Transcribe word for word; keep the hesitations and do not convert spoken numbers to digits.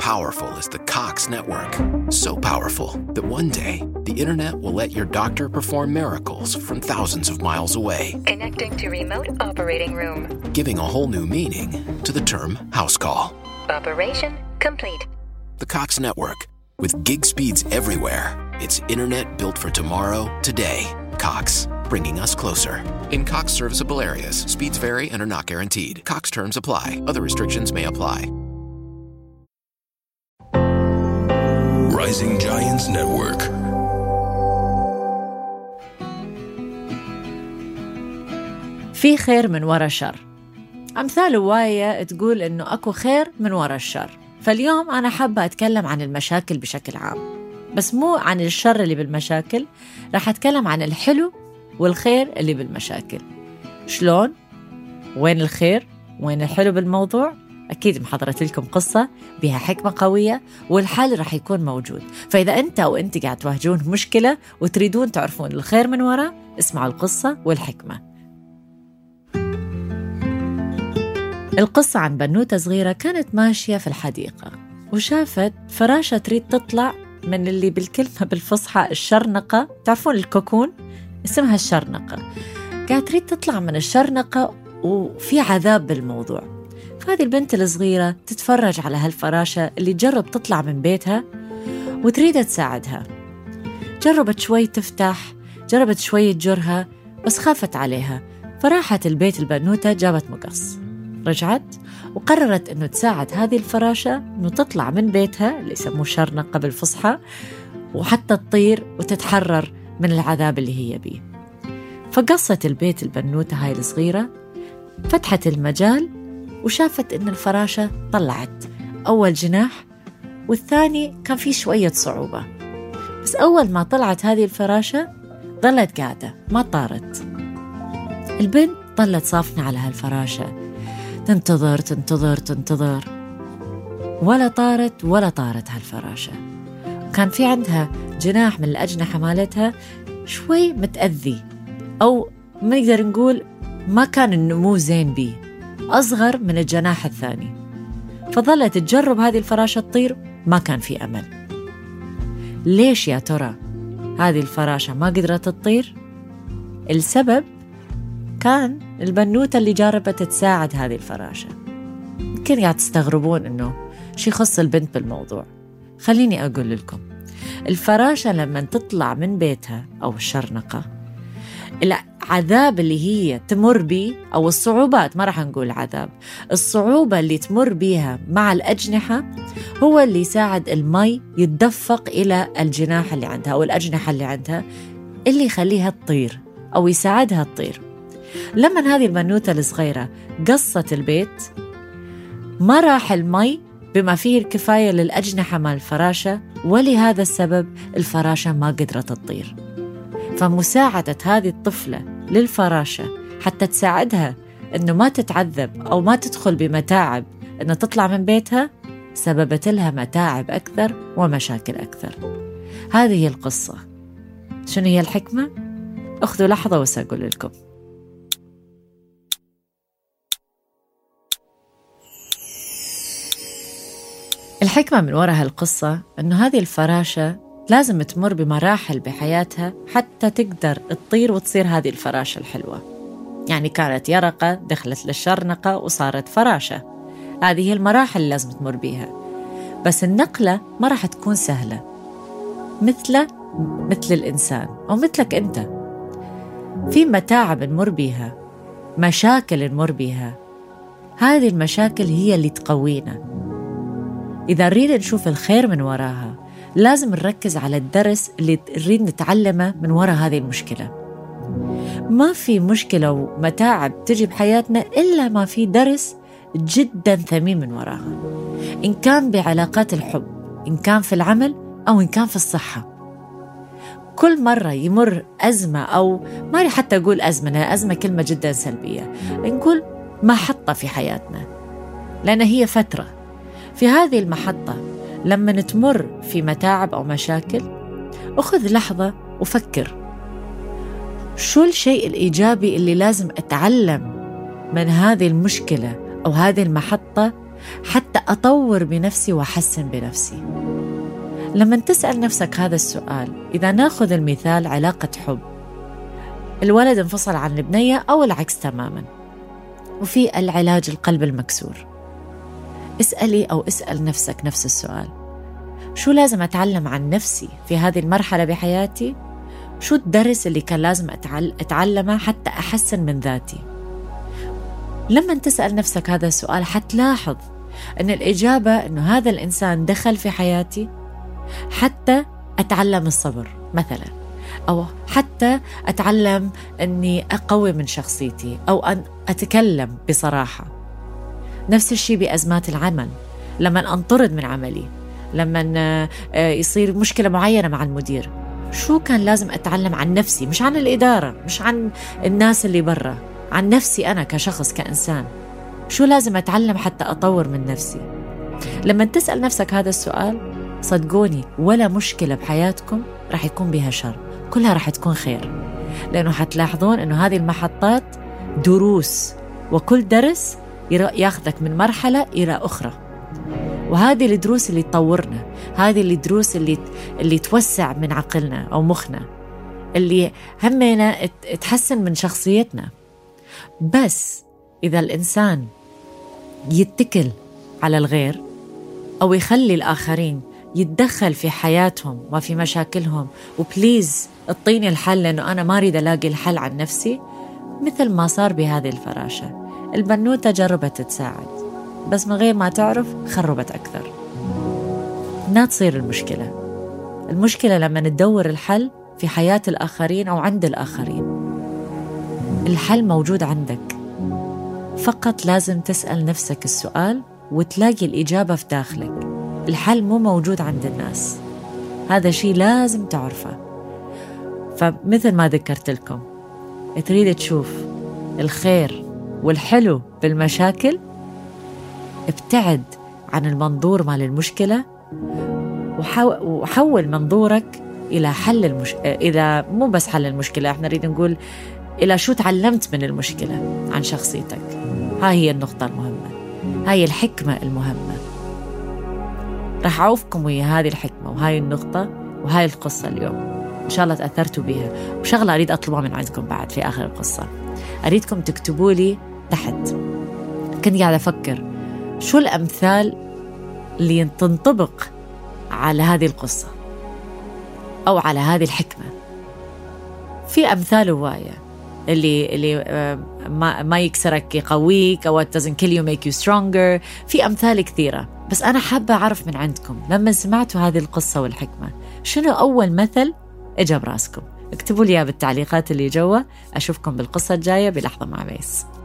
powerful is the Cox Network. So powerful that one day, the internet will let your doctor perform miracles from thousands of miles away. Connecting to remote operating room. Giving a whole new meaning to the term house call. Operation complete. The Cox Network. With gig speeds everywhere. It's internet built for tomorrow, today. Cox, bringing us closer. In Cox serviceable areas, speeds vary and are not guaranteed. Cox terms apply. Other restrictions may apply. Rising Giants Network. في خير من وراء شر. أمثال هواية تقول إنه أكو خير من وراء الشر. فاليوم أنا حابة أتكلم عن المشاكل بشكل عام، بس مو عن الشر اللي بالمشاكل، راح أتكلم عن الحلو والخير اللي بالمشاكل. شلون؟ وين الخير؟ وين الحلو بالموضوع؟ أكيد محضرت لكم قصة بها حكمة قوية والحل راح يكون موجود. فإذا أنت أو أنت قاعد تواجهون مشكلة وتريدون تعرفون الخير من وراء، اسمعوا القصة والحكمة. القصة عن بنوتة صغيرة كانت ماشية في الحديقة وشافت فراشة تريد تطلع من اللي بالكلمة بالفصحى الشرنقة. تعرفون الكوكون؟ اسمها الشرنقة. قاعد تريد تطلع من الشرنقة وفي عذاب بالموضوع. فهذه البنت الصغيرة تتفرج على هالفراشة اللي جرب تطلع من بيتها وتريد تساعدها. جربت شوي تفتح، جربت شوي تجرها، بس خافت عليها. فراحت البيت البنوتة جابت مقص، رجعت وقررت أنه تساعد هذه الفراشة أنه تطلع من بيتها اللي يسموه شرنقة بالفصحى، وحتى تطير وتتحرر من العذاب اللي هي بيه. فقصت البيت البنوتة هاي الصغيرة، فتحت المجال وشافت أن الفراشة طلعت أول جناح والثاني كان فيه شوية صعوبة. بس أول ما طلعت هذه الفراشة ظلت قاعدة ما طارت. البنت ظلت صافنة على هالفراشة، تنتظر تنتظر تنتظر، ولا طارت ولا طارت هالفراشة. كان في عندها جناح من الأجنحة مالتها شوي متأذي، أو ما نقدر نقول ما كان النمو زين بيه، أصغر من الجناح الثاني. فظلت تجرب هذه الفراشة تطير، ما كان في أمل. ليش يا ترى هذه الفراشة ما قدرت تطير؟ السبب كان البنوتة اللي جربت تساعد هذه الفراشة. يمكن قاعد تستغربون إنه شي خص البنت بالموضوع. خليني أقول لكم، الفراشة لما تطلع من بيتها أو الشرنقة، العذاب اللي هي تمر بيه أو الصعوبات، ما راح نقول عذاب، الصعوبة اللي تمر بيها مع الأجنحة هو اللي يساعد المي يتدفق إلى الجناح اللي عندها أو الأجنحة اللي عندها، اللي يخليها تطير أو يساعدها تطير. لما هذه البنوتة الصغيرة قصت البيت، ما راح المي بما فيه الكفاية للأجنحة مع الفراشة، ولهذا السبب الفراشة ما قدرت تطير. فمساعدة هذه الطفلة للفراشة حتى تساعدها أنه ما تتعذب أو ما تدخل بمتاعب أنه تطلع من بيتها، سببت لها متاعب أكثر ومشاكل أكثر. هذه هي القصة. شنو هي الحكمة؟ أخذوا لحظة وسأقول لكم. الحكمة من وراء هالقصة أنه هذه الفراشة لازم تمر بمراحل بحياتها حتى تقدر تطير وتصير هذه الفراشة الحلوة. يعني كانت يرقة، دخلت للشرنقة وصارت فراشة. هذه هي المراحل اللي لازم تمر بيها. بس النقلة ما راح تكون سهلة، مثل مثل الإنسان أو مثلك أنت. في متاعب نمر بيها، مشاكل نمر بيها. هذه المشاكل هي اللي تقوينا. إذا نريد نشوف الخير من وراها، لازم نركز على الدرس اللي نريد نتعلمه من وراء هذه المشكلة. ما في مشكلة ومتاعب تجي بحياتنا إلا ما في درس جدا ثمين من وراها، إن كان بعلاقات الحب، إن كان في العمل، أو إن كان في الصحة. كل مرة يمر أزمة، أو ما حتى أقول أزمة، لأن أزمة كلمة جدا سلبية، نقول محطة في حياتنا، لأن هي فترة. في هذه المحطة لما نتمر في متاعب أو مشاكل، أخذ لحظة وفكر شو الشيء الإيجابي اللي لازم أتعلم من هذه المشكلة أو هذه المحطة حتى أطور بنفسي وأحسن بنفسي؟ لما تسأل نفسك هذا السؤال، إذا ناخذ المثال علاقة حب، الولد انفصل عن البنية أو العكس تماما، وفي العلاج القلب المكسور، اسألي أو اسأل نفسك نفس السؤال: شو لازم أتعلم عن نفسي في هذه المرحلة بحياتي؟ شو الدرس اللي كان لازم أتعلمه حتى أحسن من ذاتي؟ لما تسأل نفسك هذا السؤال حتلاحظ أن الإجابة أنه هذا الإنسان دخل في حياتي حتى أتعلم الصبر مثلا، أو حتى أتعلم أني أقوي من شخصيتي، أو أن أتكلم بصراحة. نفس الشيء بأزمات العمل، لما أنطرد من عملي، لما يصير مشكلة معينة مع المدير، شو كان لازم أتعلم عن نفسي؟ مش عن الإدارة، مش عن الناس اللي برا، عن نفسي أنا كشخص كإنسان. شو لازم أتعلم حتى أطور من نفسي؟ لما تسأل نفسك هذا السؤال، صدقوني ولا مشكلة بحياتكم رح يكون بها شر، كلها رح تكون خير، لأنه حتلاحظون أنه هذه المحطات دروس، وكل درس ياخذك من مرحلة إلى أخرى، وهذه الدروس اللي تطورنا، هذه الدروس اللي اللي توسع من عقلنا أو مخنا، اللي همنا تحسن من شخصيتنا. بس إذا الإنسان يتكل على الغير أو يخلي الآخرين يتدخل في حياتهم وفي مشاكلهم، وبليز اعطيني الحل لأنه أنا ما أريد ألاقي الحل عن نفسي، مثل ما صار بهذه الفراشة. البنوتة جربت تساعد، بس من غير ما تعرف خربت أكثر. لا تصير المشكلة المشكلة لما ندور الحل في حياة الآخرين أو عند الآخرين. الحل موجود عندك، فقط لازم تسأل نفسك السؤال وتلاقي الإجابة في داخلك. الحل مو موجود عند الناس، هذا شيء لازم تعرفه. فمثل ما ذكرت لكم، تريد تشوف الخير والحلو بالمشاكل، ابتعد عن المنظور مال المشكلة وحول منظورك إلى حل المش... إلى مو بس حل المشكلة، احنا نريد نقول إلى شو تعلمت من المشكلة عن شخصيتك. هاي هي النقطة المهمة، هاي الحكمة المهمة. رح أعوفكم ويا هذه الحكمة وهاي النقطة وهاي القصة اليوم، إن شاء الله تأثرتوا بها. وشغلة أريد أطلبها من عندكم بعد في آخر القصة، أريدكم تكتبوا لي تحت. كنت قاعدة أفكر شو الأمثال اللي تنطبق على هذه القصة أو على هذه الحكمة. في أمثال هواية، اللي اللي ما ما يكسرك يقويك، أو it doesn't kill you make you stronger. في أمثال كثيرة، بس أنا حابة أعرف من عندكم لما سمعتوا هذه القصة والحكمة شنو أول مثل إجا براسكم. اكتبوا لي بالتعليقات اللي جوا. أشوفكم بالقصة الجاية بلحظة مع ميس.